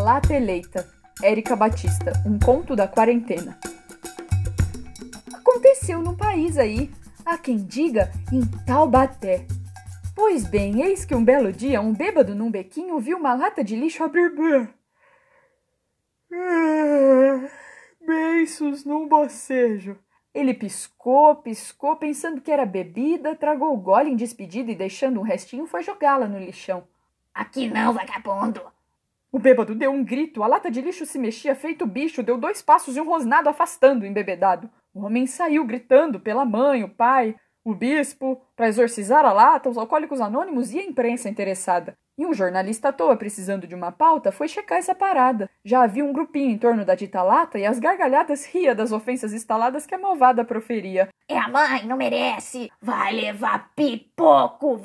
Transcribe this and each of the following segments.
lata eleita. Érica Batista, um conto da quarentena. Aconteceu num país aí, há quem diga em Taubaté. Pois bem, eis que um belo dia, um bêbado num bequinho viu uma lata de lixo abrir. Beiços num bocejo. Ele piscou, pensando que era bebida, tragou o gole em despedida e, deixando um restinho, foi jogá-la no lixão. Aqui não, vagabundo! O bêbado deu um grito, a lata de lixo se mexia feito bicho, deu 2 passos e um rosnado afastando o embebedado. O homem saiu gritando pela mãe, o pai, o bispo, para exorcizar a lata, os alcoólicos anônimos e a imprensa interessada. E um jornalista à toa, precisando de uma pauta, foi checar essa parada. Já havia um grupinho em torno da dita lata e as gargalhadas ria das ofensas instaladas que a malvada proferia. É a mãe, não merece! Vai levar pipoco,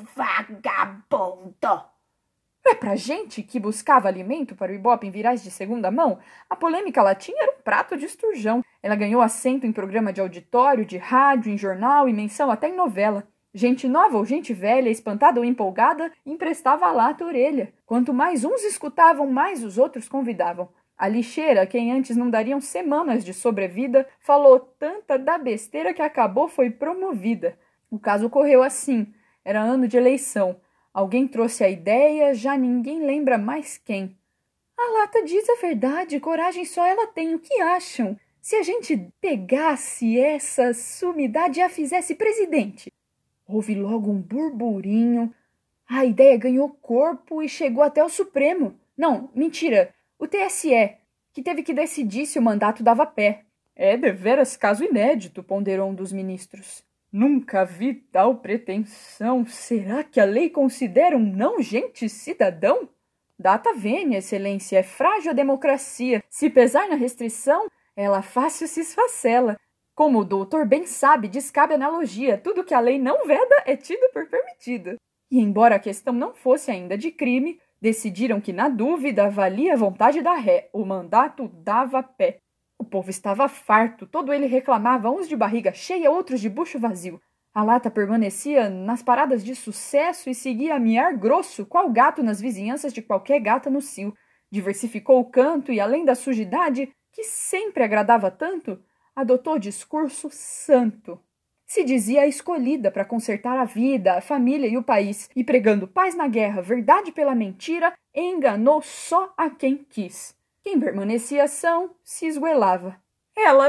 vagabundo! Pra gente que buscava alimento para o Ibope em virais de segunda mão, a polêmica latinha era um prato de esturjão. Ela ganhou assento em programa de auditório, de rádio, em jornal e menção até em novela. Gente nova ou gente velha, espantada ou empolgada, emprestava a lata à orelha. Quanto mais uns escutavam, mais os outros convidavam. A lixeira, quem antes não dariam semanas de sobrevida, falou tanta da besteira que acabou foi promovida. O caso correu assim. Era ano de eleição. Alguém trouxe a ideia, já ninguém lembra mais quem. A lata diz a verdade, coragem só ela tem. O que acham? Se a gente pegasse essa sumidade e a fizesse presidente? Houve logo um burburinho. A ideia ganhou corpo e chegou até o Supremo. Não, mentira. O TSE, que teve que decidir se o mandato dava pé. É deveras caso inédito, ponderou um dos ministros. Nunca vi tal pretensão. Será que a lei considera um não gente cidadão? Data vênia, excelência, é frágil a democracia. Se pesar na restrição, ela fácil se esfacela. Como o doutor bem sabe, descabe analogia. Tudo que a lei não veda é tido por permitido. E embora a questão não fosse ainda de crime, decidiram que, na dúvida, valia a vontade da ré. O mandato dava pé. O povo estava farto, todo ele reclamava, uns de barriga cheia, outros de bucho vazio. A lata permanecia nas paradas de sucesso e seguia a miar grosso, qual gato nas vizinhanças de qualquer gata no cio. Diversificou o canto e, além da sujidade, que sempre agradava tanto, adotou discurso santo. Se dizia a escolhida para consertar a vida, a família e o país, e pregando paz na guerra, verdade pela mentira, enganou só a quem quis. Quem permanecia são, se esguelava. Ela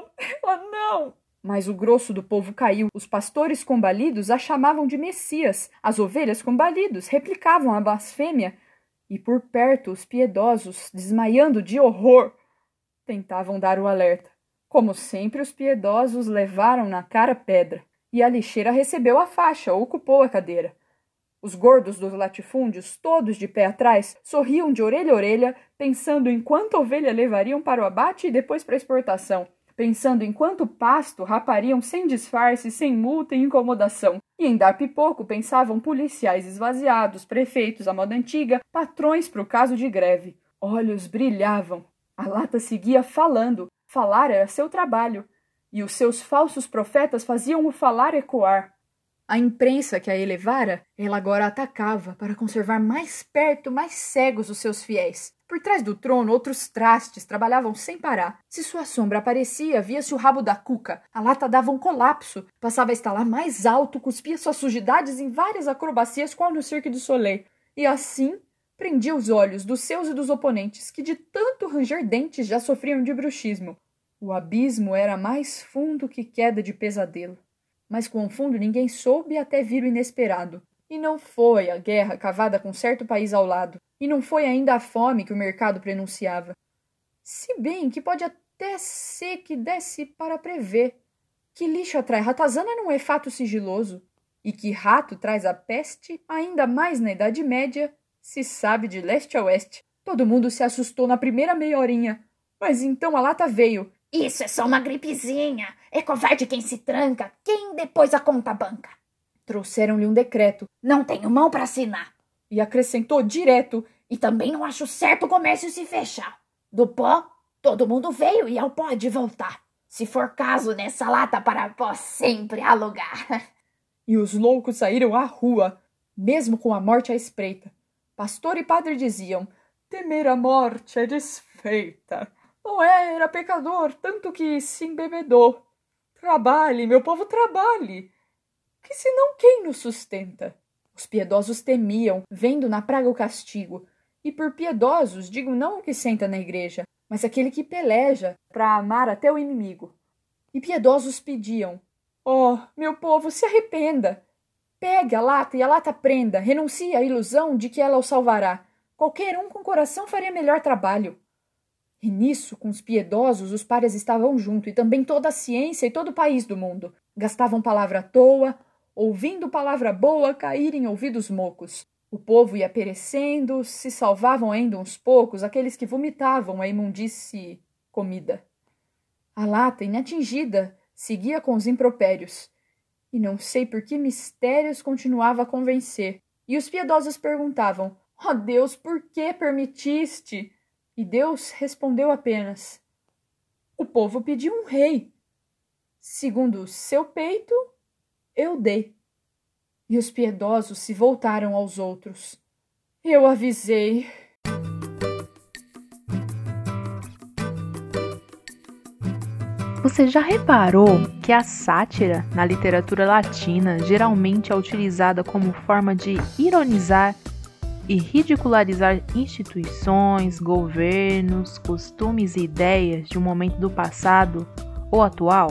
não! Mas o grosso do povo caiu. Os pastores combalidos a chamavam de Messias. As ovelhas combalidos replicavam a blasfêmia. E por perto os piedosos, desmaiando de horror, tentavam dar o alerta. Como sempre, os piedosos levaram na cara pedra. E a lixeira recebeu a faixa, ocupou a cadeira. Os gordos dos latifúndios, todos de pé atrás, sorriam de orelha a orelha, pensando em quanta ovelha levariam para o abate e depois para a exportação, pensando em quanto pasto rapariam sem disfarce, sem multa e incomodação. E em dar pipoco pensavam policiais esvaziados, prefeitos à moda antiga, patrões para o caso de greve. Olhos brilhavam. A lata seguia falando. Falar era seu trabalho. E os seus falsos profetas faziam o falar ecoar. A imprensa que a elevara, ela agora atacava para conservar mais perto, mais cegos os seus fiéis. Por trás do trono, outros trastes trabalhavam sem parar. Se sua sombra aparecia, via-se o rabo da cuca. A lata dava um colapso, passava a estalar mais alto, cuspia suas sujidades em várias acrobacias, qual no Cirque du Soleil. E assim, prendia os olhos dos seus e dos oponentes, que de tanto ranger dentes já sofriam de bruxismo. O abismo era mais fundo que queda de pesadelo. Mas com o fundo ninguém soube até vir o inesperado. E não foi a guerra cavada com certo país ao lado. E não foi ainda a fome que o mercado prenunciava. Se bem que pode até ser que desse para prever. Que lixo atrai ratazana não é fato sigiloso. E que rato traz a peste, ainda mais na Idade Média, se sabe de leste a oeste. Todo mundo se assustou na primeira meia horinha. Mas então a lata veio. Isso é só uma gripezinha. É covarde quem se tranca, quem depois a conta banca. Trouxeram-lhe um decreto. Não tenho mão para assinar. E acrescentou direto. E também não acho certo o comércio se fechar. Do pó, todo mundo veio e ao pode voltar. Se for caso, nessa lata para pó sempre alugar. E os loucos saíram à rua, mesmo com a morte à espreita. Pastor e padre diziam, temer a morte é desfeita. Noé era pecador, tanto que se embebedou. Trabalhe, meu povo, trabalhe, que senão quem nos sustenta? Os piedosos temiam, vendo na praga o castigo. E por piedosos digo não o que senta na igreja, mas aquele que peleja para amar até o inimigo. E piedosos pediam: oh, meu povo, se arrependa. Pegue a lata e a lata prenda, renuncie à ilusão de que ela o salvará. Qualquer um com coração faria melhor trabalho. E nisso, com os piedosos, os párias estavam junto, e também toda a ciência e todo o país do mundo. Gastavam palavra à toa, ouvindo palavra boa cair em ouvidos mocos. O povo ia perecendo, se salvavam ainda uns poucos, aqueles que vomitavam a imundície comida. A lata, inatingida, seguia com os impropérios. E não sei por que mistérios continuava a convencer. E os piedosos perguntavam: ó Deus, por que permitiste? E Deus respondeu apenas: o povo pediu um rei. Segundo o seu peito, eu dei. E os piedosos se voltaram aos outros. Eu avisei. Você já reparou que a sátira na literatura latina geralmente é utilizada como forma de ironizar e ridicularizar instituições, governos, costumes e ideias de um momento do passado ou atual?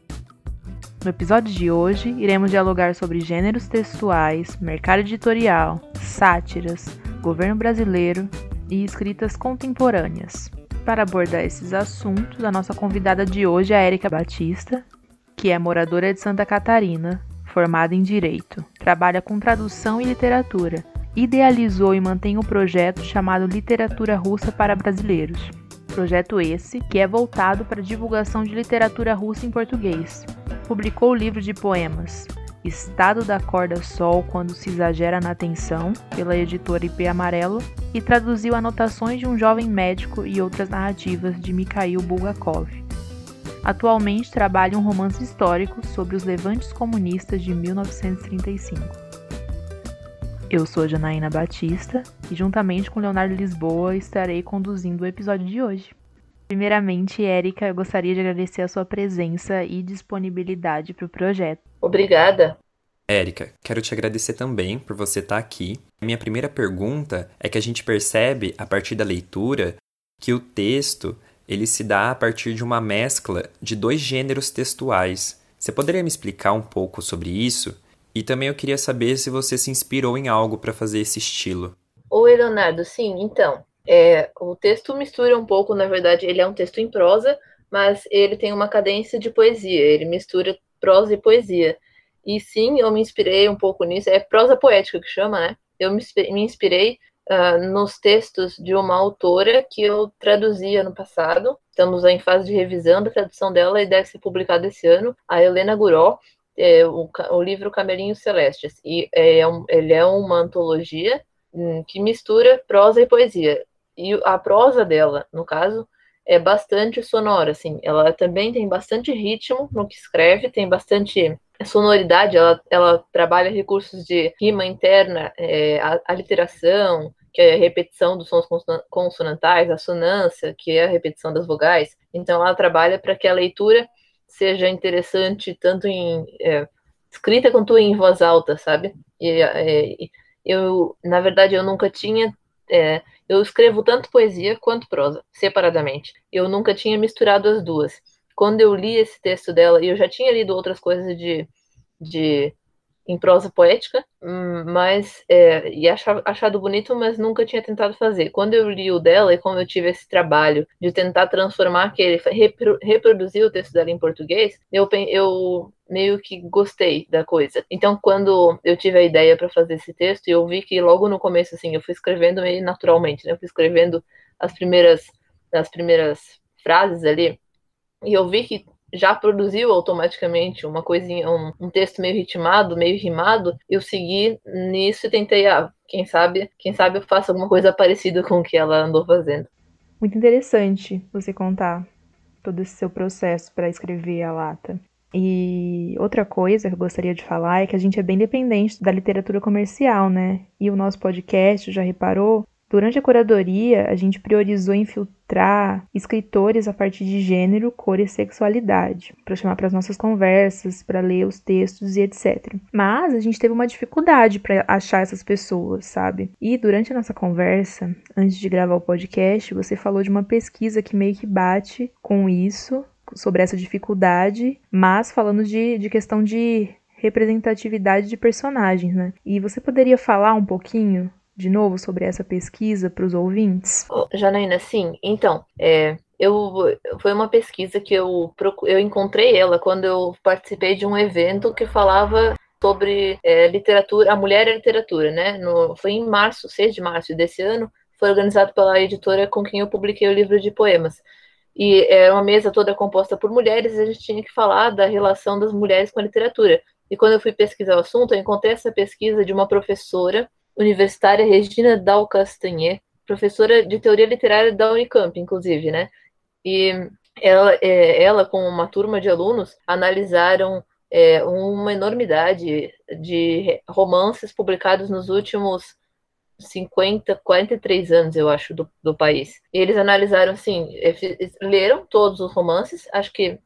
No episódio de hoje, iremos dialogar sobre gêneros textuais, mercado editorial, sátiras, governo brasileiro e escritas contemporâneas. Para abordar esses assuntos, a nossa convidada de hoje é a Érica Batista, que é moradora de Santa Catarina, formada em Direito, trabalha com tradução e literatura, idealizou e mantém um projeto chamado Literatura Russa para Brasileiros. Projeto esse que é voltado para a divulgação de literatura russa em português. Publicou o livro de poemas Estado da Corda Sol Quando Se Exagera na Atenção, pela editora IP Amarelo, e traduziu Anotações de um Jovem Médico e outras narrativas de Mikhail Bulgakov. Atualmente trabalha um romance histórico sobre os levantes comunistas de 1935. Eu sou Janaína Batista e, juntamente com Leonardo Lisboa, estarei conduzindo o episódio de hoje. Primeiramente, Érica, eu gostaria de agradecer a sua presença e disponibilidade para o projeto. Obrigada. Érica, quero te agradecer também por você estar aqui. Minha primeira pergunta é que a gente percebe, a partir da leitura, que o texto ele se dá a partir de uma mescla de dois gêneros textuais. Você poderia me explicar um pouco sobre isso? E também eu queria saber se você se inspirou em algo para fazer esse estilo. Oi, Leonardo. Sim, então, o texto mistura um pouco, na verdade, ele é um texto em prosa, mas ele tem uma cadência de poesia, ele mistura prosa e poesia. E sim, eu me inspirei um pouco nisso, é prosa poética que chama, né? Eu me inspirei nos textos de uma autora que eu traduzi ano passado, estamos em fase de revisão da tradução dela e deve ser publicada esse ano, a Helena Guró, o livro Camelinhos Celestes. E ele é uma antologia que mistura prosa e poesia. E a prosa dela, no caso, é bastante sonora, assim. Ela também tem bastante ritmo no que escreve, tem bastante sonoridade, ela trabalha recursos de rima interna, aliteração, que é a repetição dos sons consonantais, a sonância, que é a repetição das vogais. Então, ela trabalha para que a leitura seja interessante tanto em escrita quanto em voz alta, sabe? Na verdade, eu nunca tinha... eu escrevo tanto poesia quanto prosa, separadamente. Eu nunca tinha misturado as duas. Quando eu li esse texto dela, e eu já tinha lido outras coisas em prosa poética, e achado bonito, mas nunca tinha tentado fazer. Quando eu li o dela, e como eu tive esse trabalho de tentar transformar, reproduzir o texto dela em português, eu meio que gostei da coisa. Então, quando eu tive a ideia para fazer esse texto, eu vi que logo no começo, assim, eu fui escrevendo meio naturalmente, né? Eu fui escrevendo as primeiras frases ali, e eu vi que já produziu automaticamente uma coisinha, um texto meio ritmado, meio rimado. Eu segui nisso e tentei, quem sabe eu faço alguma coisa parecida com o que ela andou fazendo. Muito interessante você contar todo esse seu processo para escrever a lata. E outra coisa que eu gostaria de falar é que a gente é bem dependente da literatura comercial, né? E o nosso podcast, já reparou, Durante a curadoria, a gente priorizou em filtrar escritores a partir de gênero, cor e sexualidade, para chamar para as nossas conversas, para ler os textos e etc. Mas a gente teve uma dificuldade para achar essas pessoas, sabe? E durante a nossa conversa, antes de gravar o podcast, você falou de uma pesquisa que meio que bate com isso, sobre essa dificuldade, mas falando de questão de representatividade de personagens, né? E você poderia falar um pouquinho de novo sobre essa pesquisa para os ouvintes? Janaína, sim. Então, foi uma pesquisa que eu encontrei ela quando eu participei de um evento que falava sobre literatura, a mulher e a literatura, né? Foi em março, 6 de março desse ano, foi organizado pela editora com quem eu publiquei o livro de poemas. E era uma mesa toda composta por mulheres e a gente tinha que falar da relação das mulheres com a literatura. E quando eu fui pesquisar o assunto, eu encontrei essa pesquisa de uma professora universitária, Regina Dal Castanher, professora de teoria literária da Unicamp, inclusive, né? E ela com uma turma de alunos, analisaram uma enormidade de romances publicados nos últimos 43 anos, eu acho, do país. E eles analisaram, assim, leram todos os romances, acho que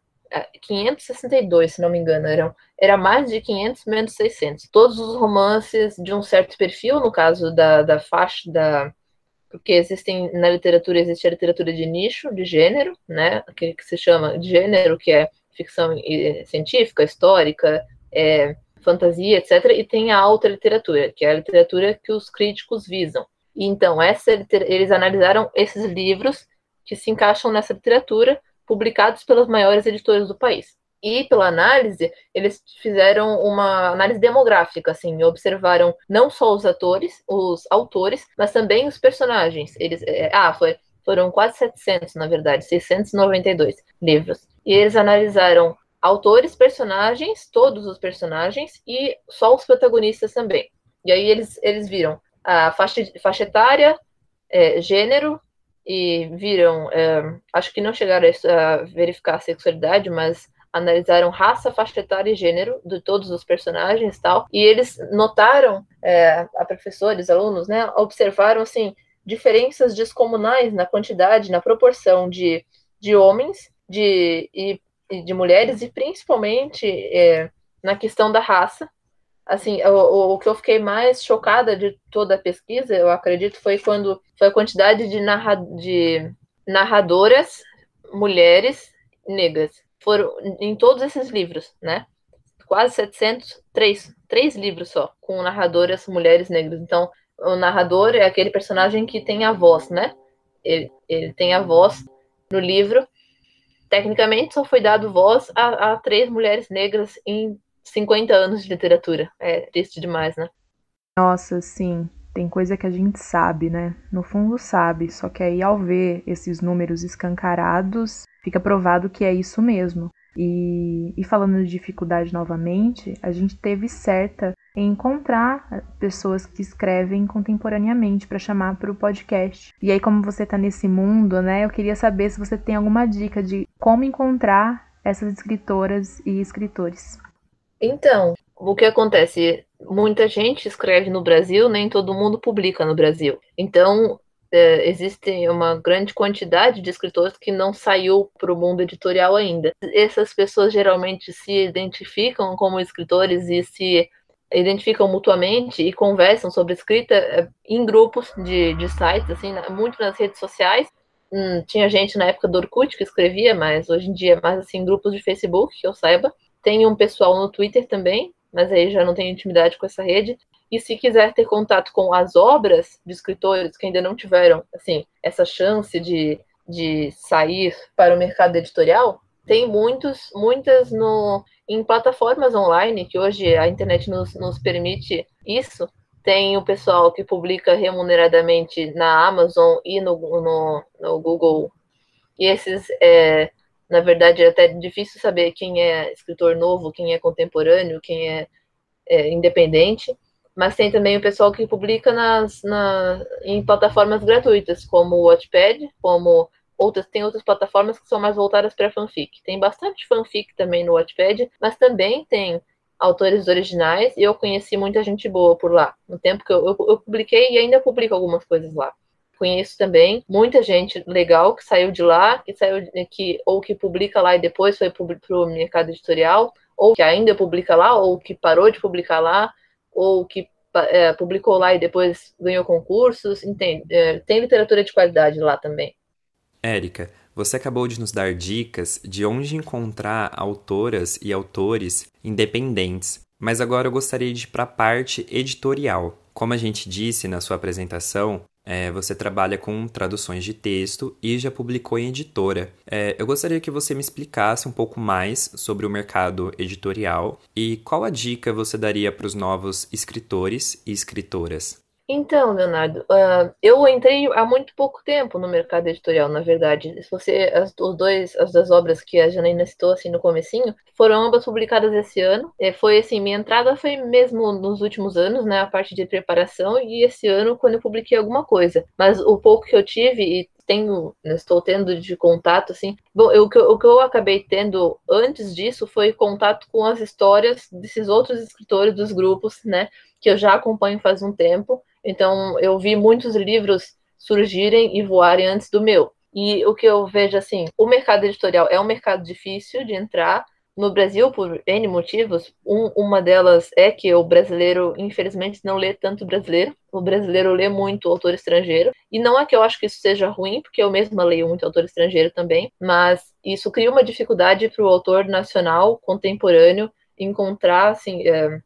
562, se não me engano, era mais de 500, menos 600. Todos os romances de um certo perfil, no caso da faixa, porque na literatura, existe a literatura de nicho, de gênero, né, que se chama de gênero, que é ficção científica, histórica, fantasia, etc., e tem a alta literatura, que é a literatura que os críticos visam. E então, eles analisaram esses livros que se encaixam nessa literatura, publicados pelas maiores editoras do país. E, pela análise, eles fizeram uma análise demográfica, assim, observaram não só os autores, mas também os personagens. Foram quase 700, na verdade, 692 livros. E eles analisaram autores, personagens, todos os personagens, e só os protagonistas também. E aí eles viram a faixa etária, gênero, e viram, acho que não chegaram a verificar a sexualidade, mas analisaram raça, faixa etária e gênero de todos os personagens e tal, e eles notaram, a professores, alunos, né, observaram, assim, diferenças descomunais na quantidade, na proporção de homens e de mulheres, e principalmente na questão da raça. Assim, o que eu fiquei mais chocada de toda a pesquisa, eu acredito, foi a quantidade de narradoras mulheres negras. Foram em todos esses livros, né? Quase 700, três livros só, com narradoras mulheres negras. Então, o narrador é aquele personagem que tem a voz, né? Ele tem a voz no livro. Tecnicamente, só foi dado voz a 3 mulheres negras em 50 anos de literatura. É triste demais, né? Nossa, sim. Tem coisa que a gente sabe, né? No fundo sabe, só que aí ao ver esses números escancarados, fica provado que é isso mesmo. E falando de dificuldade novamente, a gente teve certa em encontrar pessoas que escrevem contemporaneamente para chamar para o podcast. E aí, como você está nesse mundo, né? Eu queria saber se você tem alguma dica de como encontrar essas escritoras e escritores. Então, o que acontece? Muita gente escreve no Brasil, nem todo mundo publica no Brasil. Então, existe uma grande quantidade de escritores que não saiu para o mundo editorial ainda. Essas pessoas geralmente se identificam como escritores e se identificam mutuamente e conversam sobre escrita em grupos de sites, assim, muito nas redes sociais. Tinha gente na época do Orkut que escrevia, mas hoje em dia é mais assim, grupos de Facebook, que eu saiba. Tem um pessoal no Twitter também, mas aí já não tenho intimidade com essa rede. E se quiser ter contato com as obras de escritores que ainda não tiveram, assim, essa chance de sair para o mercado editorial, tem muitas em plataformas online, que hoje a internet nos permite isso. Tem o pessoal que publica remuneradamente na Amazon e no Google. E esses, na verdade, é até difícil saber quem é escritor novo, quem é contemporâneo, quem é independente. Mas tem também o pessoal que publica em plataformas gratuitas, como o Wattpad, tem outras plataformas que são mais voltadas para fanfic. Tem bastante fanfic também no Wattpad, mas também tem autores originais, e eu conheci muita gente boa por lá. No tempo que eu publiquei e ainda publico algumas coisas lá. conheço também muita gente legal que saiu de lá, que publica lá e depois foi para o mercado editorial, ou que ainda publica lá, ou que parou de publicar lá, ou que publicou lá e depois ganhou concursos. Entende? Tem literatura de qualidade lá também. Érica, você acabou de nos dar dicas de onde encontrar autoras e autores independentes, mas agora eu gostaria de ir para a parte editorial. Como a gente disse na sua apresentação, você trabalha com traduções de texto e já publicou em editora. Eu gostaria que você me explicasse um pouco mais sobre o mercado editorial e qual a dica você daria para os novos escritores e escritoras. Então, Leonardo, eu entrei há muito pouco tempo no mercado editorial, na verdade. Se você, as duas obras que a Janaína citou assim no comecinho, foram ambas publicadas esse ano. Foi assim, minha entrada foi mesmo nos últimos anos, né, a parte de preparação, e esse ano quando eu publiquei alguma coisa. Mas o pouco que eu tive e estou tendo de contato, assim. Bom, o que eu acabei tendo antes disso foi contato com as histórias desses outros escritores dos grupos, né, que eu já acompanho faz um tempo. Então, eu vi muitos livros surgirem e voarem antes do meu. E o que eu vejo, assim, o mercado editorial é um mercado difícil de entrar no Brasil por N motivos. Uma delas é que o brasileiro, infelizmente, não lê tanto brasileiro. O brasileiro lê muito autor estrangeiro. E não é que eu acho que isso seja ruim, porque eu mesma leio muito autor estrangeiro também, mas isso cria uma dificuldade para o autor nacional, contemporâneo, encontrar, assim,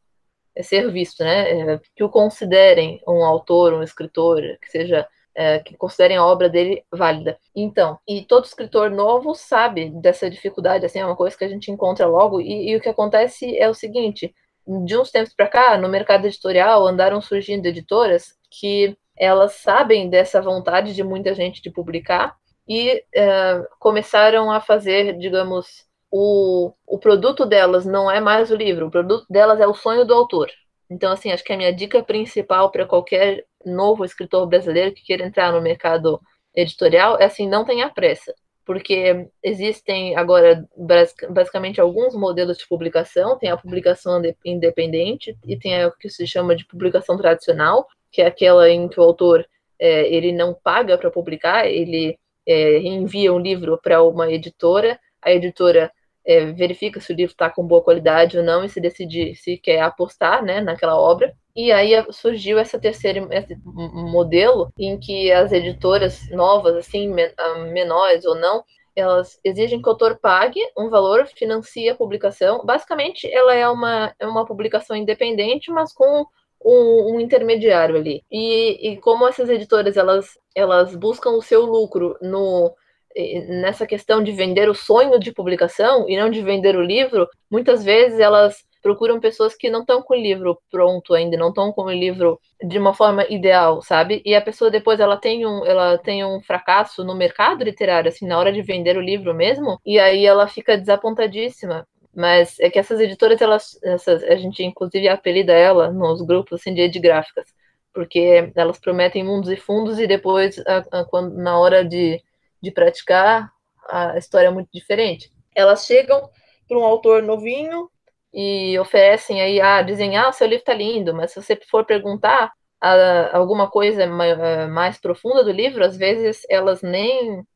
ser visto, né? Que o considerem um autor, um escritor, que seja que considerem a obra dele válida. Então, e todo escritor novo sabe dessa dificuldade, assim, é uma coisa que a gente encontra logo, e o que acontece é o seguinte: de uns tempos para cá, no mercado editorial, andaram surgindo editoras que elas sabem dessa vontade de muita gente de publicar e começaram a fazer, digamos, o produto delas não é mais o livro, o produto delas é o sonho do autor. Então, assim, acho que a minha dica principal para qualquer novo escritor brasileiro que queira entrar no mercado editorial é, assim, não tenha pressa. Porque existem agora, basicamente, alguns modelos de publicação. Tem a publicação independente e tem o que se chama de publicação tradicional, que é aquela em que o autor ele não paga para publicar, ele envia um livro para uma editora, a editora verifica se o livro está com boa qualidade ou não e se decide se quer apostar, né, naquela obra. E aí surgiu esse modelo em que as editoras novas, assim, menores ou não, elas exigem que o autor pague um valor, financia a publicação. Basicamente, ela é uma publicação independente, mas com um intermediário ali. E como essas editoras, elas buscam o seu lucro nessa questão de vender o sonho de publicação e não de vender o livro, muitas vezes elas procuram pessoas que não estão com o livro pronto ainda, não estão com o livro de uma forma ideal, sabe? E a pessoa depois ela tem um fracasso no mercado literário, assim, na hora de vender o livro mesmo, e aí ela fica desapontadíssima. Mas é que essas editoras, a gente inclusive apelida ela nos grupos assim, de edgráficas, porque elas prometem mundos e fundos e depois, na hora de praticar, a história é muito diferente. Elas chegam para um autor novinho e oferecem aí, dizem, seu livro tá lindo, mas se você for perguntar alguma coisa mais profunda do livro, às vezes elas nem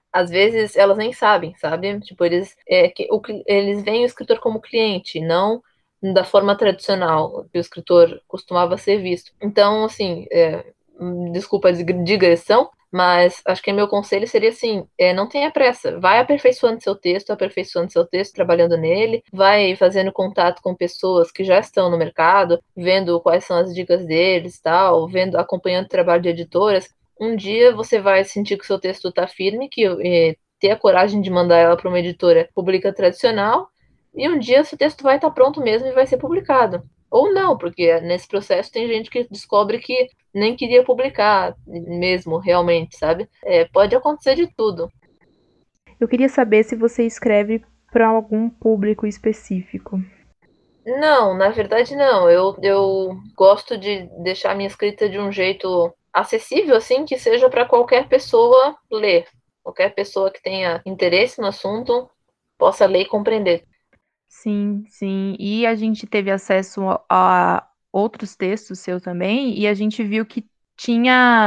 sabem, sabe? Tipo, eles veem o escritor como cliente, não da forma tradicional que o escritor costumava ser visto. Então, assim, desculpa a digressão, mas acho que meu conselho seria assim, não tenha pressa, vai aperfeiçoando seu texto, trabalhando nele, vai fazendo contato com pessoas que já estão no mercado, vendo quais são as dicas deles, tal, acompanhando o trabalho de editoras. Um dia você vai sentir que o seu texto está firme, ter a coragem de mandar ela para uma editora pública tradicional, e um dia seu texto vai estar pronto mesmo e vai ser publicado. Ou não, porque nesse processo tem gente que descobre que nem queria publicar mesmo, realmente, sabe? Pode acontecer de tudo. Eu queria saber se você escreve para algum público específico. Não, na verdade não. Eu gosto de deixar minha escrita de um jeito acessível, assim, que seja para qualquer pessoa ler. Qualquer pessoa que tenha interesse no assunto possa ler e compreender. Sim, sim. E a gente teve acesso a outros textos seus também, e a gente viu que tinha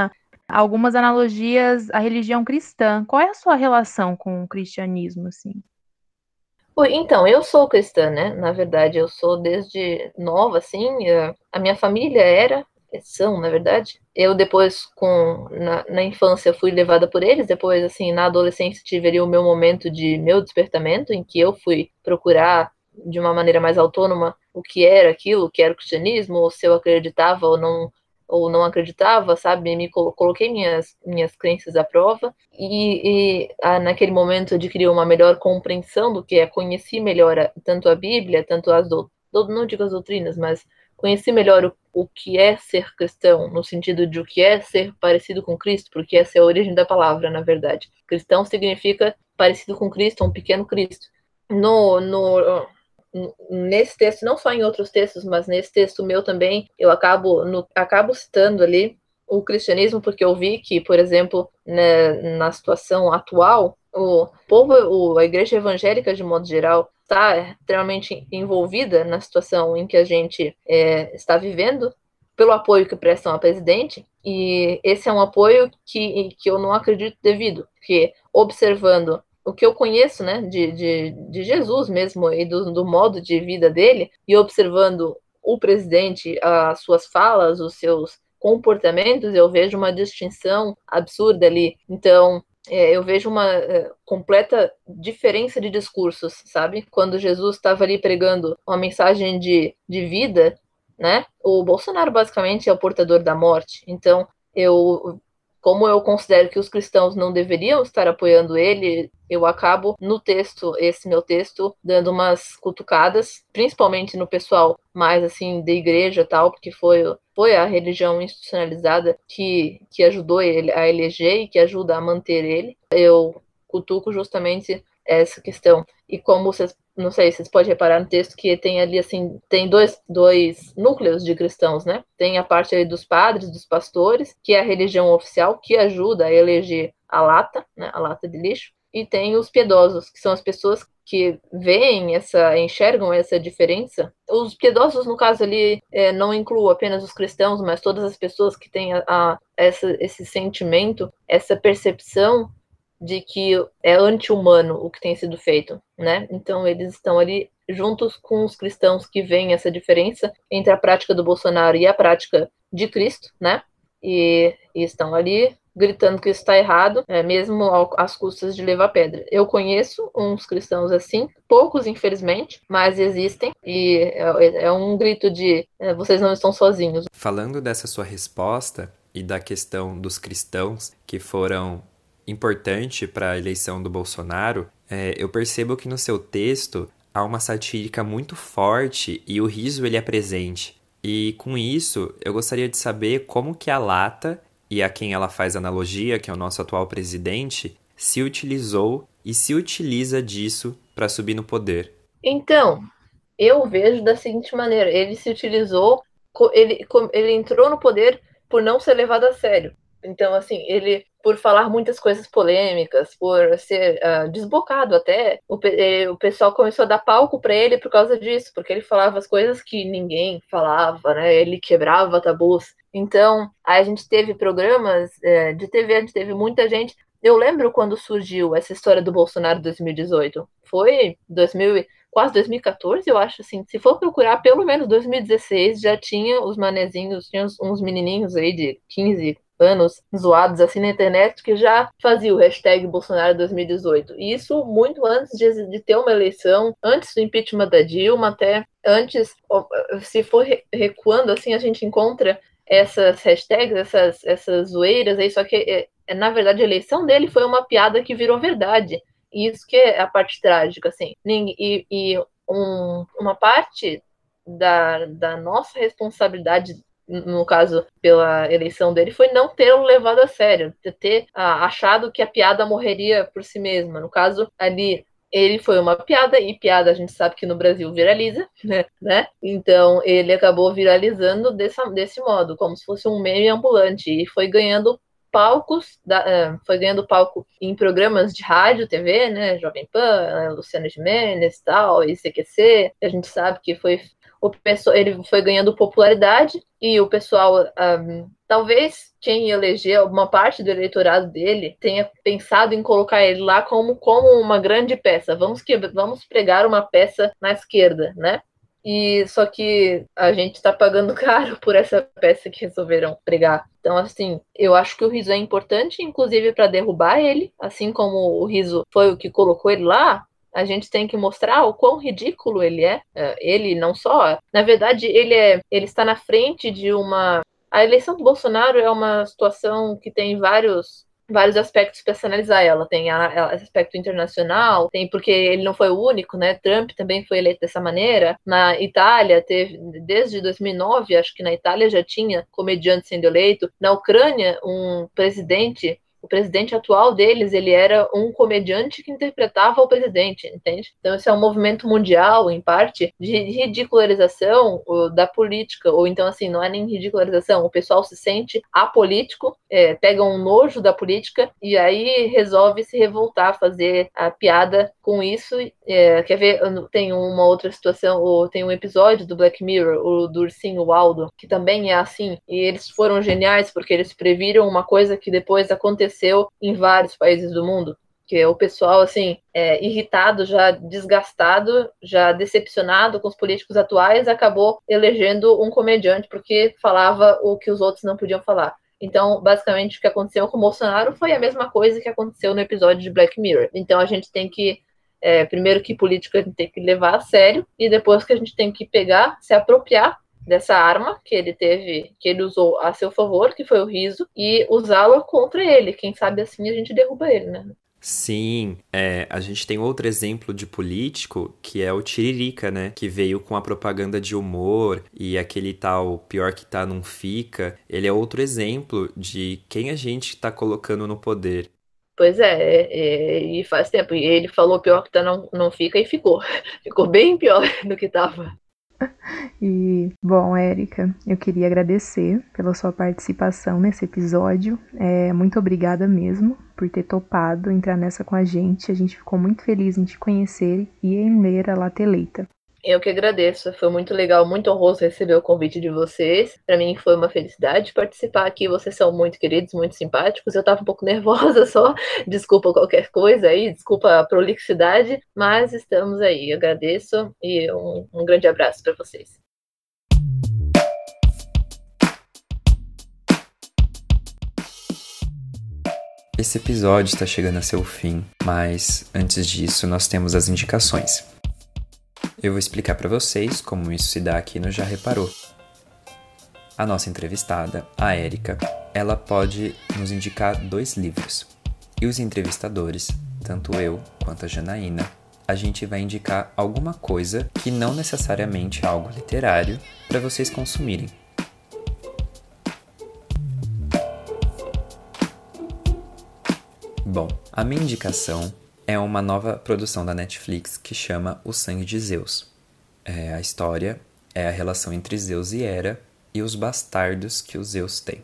algumas analogias à religião cristã. Qual é a sua relação com o cristianismo, assim? Então, eu sou cristã, né? Na verdade, eu sou desde nova, assim. A minha família são, na verdade. Eu depois, na infância, fui levada por eles. Depois, assim, na adolescência, tive ali o meu momento de meu despertamento, em que eu fui procurar de uma maneira mais autônoma o que era aquilo, o que era o cristianismo, ou se eu acreditava ou não acreditava, sabe? Coloquei minhas crenças à prova naquele momento eu adquiri uma melhor compreensão do que é, conheci melhor tanto a Bíblia, tanto não digo as doutrinas, mas conheci melhor o que é ser cristão, no sentido de o que é ser parecido com Cristo, porque essa é a origem da palavra, na verdade. Cristão significa parecido com Cristo, um pequeno Cristo. Nesse texto, não só em outros textos, mas nesse texto meu também, eu acabo citando ali o cristianismo, porque eu vi que, por exemplo, na situação atual, a igreja evangélica, de modo geral, está extremamente envolvida na situação em que a gente está vivendo, pelo apoio que prestam ao presidente, e esse é um apoio que eu não acredito devido, porque observando o que eu conheço, né, de Jesus mesmo e do modo de vida dele, e observando o presidente, as suas falas, os seus comportamentos, eu vejo uma distinção absurda ali. Então, eu vejo uma completa diferença de discursos, sabe? Quando Jesus estava ali pregando uma mensagem de vida, né? O Bolsonaro basicamente é o portador da morte. Então, como eu considero que os cristãos não deveriam estar apoiando ele, eu acabo no texto, esse meu texto, dando umas cutucadas, principalmente no pessoal mais assim da igreja e tal, porque foi a religião institucionalizada que ajudou ele a eleger e que ajuda a manter ele. Eu cutuco justamente essa questão. E como vocês, não sei, vocês podem reparar no texto que tem ali, assim, tem dois núcleos de cristãos, né? Tem a parte ali dos padres, dos pastores, que é a religião oficial, que ajuda a eleger a lata, né? A lata de lixo. E tem os piedosos, que são as pessoas que enxergam essa diferença. Os piedosos, no caso ali, não incluo apenas os cristãos, mas todas as pessoas que têm esse sentimento, essa percepção de que é anti-humano o que tem sido feito, né? Então eles estão ali juntos com os cristãos que veem essa diferença entre a prática do Bolsonaro e a prática de Cristo, né? E estão ali gritando que isso está errado, mesmo às custas de levar pedra. Eu conheço uns cristãos assim, poucos infelizmente, mas existem, e é um grito de vocês não estão sozinhos. Falando dessa sua resposta e da questão dos cristãos que foram importante para a eleição do Bolsonaro, eu percebo que no seu texto há uma satírica muito forte e o riso ele é presente. E com isso, eu gostaria de saber como que a lata, e a quem ela faz analogia, que é o nosso atual presidente, se utilizou e se utiliza disso para subir no poder. Então, eu vejo da seguinte maneira, ele se utilizou, ele entrou no poder por não ser levado a sério. Então, assim, ele, por falar muitas coisas polêmicas, por ser desbocado até, o pessoal começou a dar palco para ele por causa disso, porque ele falava as coisas que ninguém falava, né? Ele quebrava tabus. Então, a gente teve programas de TV, a gente teve muita gente. Eu lembro quando surgiu essa história do Bolsonaro 2018. Foi quase 2014, eu acho, assim. Se for procurar, pelo menos 2016 já tinha os manezinhos, tinha uns menininhos aí de 15 anos zoados assim na internet que já fazia o hashtag Bolsonaro 2018. E isso muito antes de ter uma eleição, antes do impeachment da Dilma, até antes, se for recuando, assim, a gente encontra essas hashtags, essas zoeiras aí, só que na verdade a eleição dele foi uma piada que virou verdade. E isso que é a parte trágica, assim. Uma parte da nossa responsabilidade, no caso, pela eleição dele, foi não tê-lo levado a sério, ter achado que a piada morreria por si mesma. No caso, ali, ele foi uma piada, e piada a gente sabe que no Brasil viraliza, né? Então, ele acabou viralizando desse modo, como se fosse um meme ambulante, e foi ganhando foi ganhando palco em programas de rádio, TV, né, Jovem Pan, Luciano Gimenez, tal, e CQC, a gente sabe que foi ele foi ganhando popularidade e o pessoal, talvez quem eleger alguma parte do eleitorado dele tenha pensado em colocar ele lá como uma grande peça. Vamos pregar uma peça na esquerda, né? E só que a gente tá pagando caro por essa peça que resolveram pregar. Então, assim, eu acho que o Rizzo é importante, inclusive para derrubar ele, assim como o Rizzo foi o que colocou ele lá. A gente tem que mostrar o quão ridículo ele é. Ele não só. Na verdade, ele está na frente de uma. A eleição do Bolsonaro é uma situação que tem vários aspectos para se analisar ela. Tem esse aspecto internacional, tem porque ele não foi o único, né? Trump também foi eleito dessa maneira. Na Itália, teve, desde 2009, acho que na Itália já tinha comediante sendo eleito. Na Ucrânia, o presidente atual deles, ele era um comediante que interpretava o presidente, entende? Então, esse é um movimento mundial, em parte, de ridicularização da política, ou então, assim, não é nem ridicularização, o pessoal se sente apolítico, pega um nojo da política e aí resolve se revoltar, fazer a piada com isso. Quer ver? Tem uma outra situação, tem um episódio do Black Mirror, o do Ursinho Waldo, que também é assim, e eles foram geniais porque eles previram uma coisa que depois aconteceu em vários países do mundo, que é o pessoal, assim, irritado, já desgastado, já decepcionado com os políticos atuais, acabou elegendo um comediante porque falava o que os outros não podiam falar. Então, basicamente, o que aconteceu com o Bolsonaro foi a mesma coisa que aconteceu no episódio de Black Mirror. Então, a gente tem que, primeiro que política a gente tem que levar a sério, e depois que a gente tem que pegar, se apropriar dessa arma que ele usou a seu favor, que foi o riso, e usá-la contra ele. Quem sabe assim a gente derruba ele, né? Sim, a gente tem outro exemplo de político, que é o Tiririca, né? Que veio com a propaganda de humor e aquele tal pior que tá não fica. Ele é outro exemplo de quem a gente tá colocando no poder. Pois e faz tempo. E ele falou pior que tá não fica e ficou. Ficou bem pior do que tava. E, bom, Érica, eu queria agradecer pela sua participação nesse episódio. Muito obrigada mesmo por ter topado entrar nessa com a gente. A gente ficou muito feliz em te conhecer e em ler a Lata Eleita. Eu que agradeço, foi muito legal, muito honroso receber o convite de vocês. Para mim foi uma felicidade participar aqui, vocês são muito queridos, muito simpáticos. Eu tava um pouco nervosa só, desculpa qualquer coisa aí, desculpa a prolixidade, mas estamos aí. Eu agradeço e um grande abraço para vocês. Esse episódio está chegando a seu fim, mas antes disso nós temos as indicações. Eu vou explicar para vocês como isso se dá aqui no Já Reparou. A nossa entrevistada, a Érica, ela pode nos indicar 2 livros. E os entrevistadores, tanto eu quanto a Janaína, a gente vai indicar alguma coisa que não necessariamente é algo literário para vocês consumirem. Bom, a minha indicação é uma nova produção da Netflix que chama O Sangue de Zeus. A história é a relação entre Zeus e Hera e os bastardos que o Zeus tem.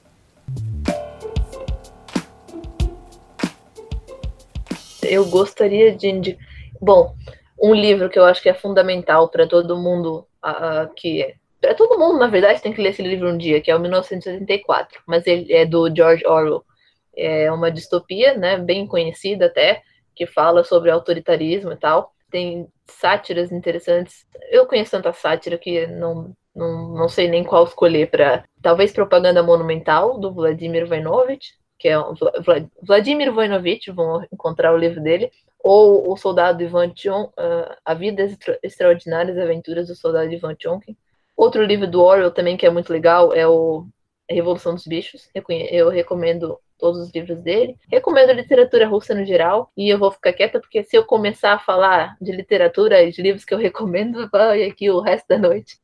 Eu gostaria de indicar... Bom, um livro que eu acho que é fundamental para todo mundo, para todo mundo, na verdade, tem que ler esse livro um dia, que é o 1984, mas ele é do George Orwell. É uma distopia, né, bem conhecida até, que fala sobre autoritarismo e tal. Tem sátiras interessantes. Eu conheço tanta sátira que não sei nem qual escolher para... Talvez Propaganda Monumental, do Vladimir Voinovich, que é Vladimir Voinovich, vão encontrar o livro dele, ou O Soldado Ivan Tchon, A Vida Extraordinárias Aventuras do Soldado Ivan Tchonkin. Outro livro do Orwell também que é muito legal é o A Revolução dos Bichos. Eu recomendo todos os livros dele. Recomendo literatura russa no geral, e eu vou ficar quieta porque se eu começar a falar de literatura e de livros que eu recomendo, vai aqui o resto da noite.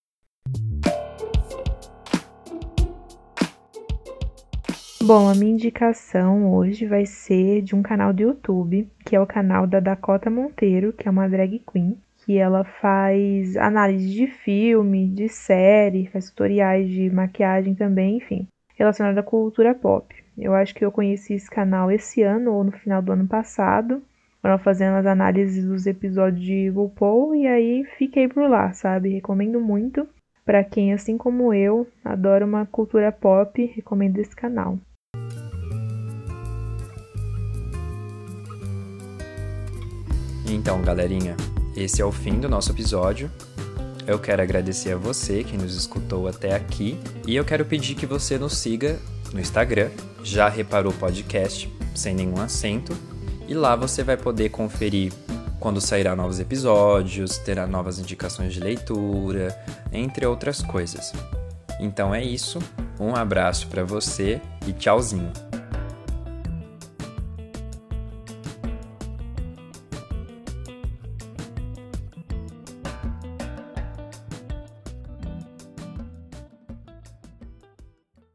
Bom, a minha indicação hoje vai ser de um canal do YouTube, que é o canal da Dakota Monteiro, que é uma drag queen, que ela faz análise de filme, de série, faz tutoriais de maquiagem também, enfim, relacionado à cultura pop. Eu acho que eu conheci esse canal esse ano ou no final do ano passado. foram fazendo as análises dos episódios de RuPaul, e aí fiquei por lá, sabe? Recomendo muito. Pra quem, assim como eu, adora uma cultura pop, recomendo esse canal. Então, galerinha, esse é o fim do nosso episódio. Eu quero agradecer a você que nos escutou até aqui e eu quero pedir que você nos siga no Instagram, Já Reparou Podcast, sem nenhum acento, e lá você vai poder conferir quando sairá novos episódios, terá novas indicações de leitura, entre outras coisas. Então é isso, um abraço para você e tchauzinho!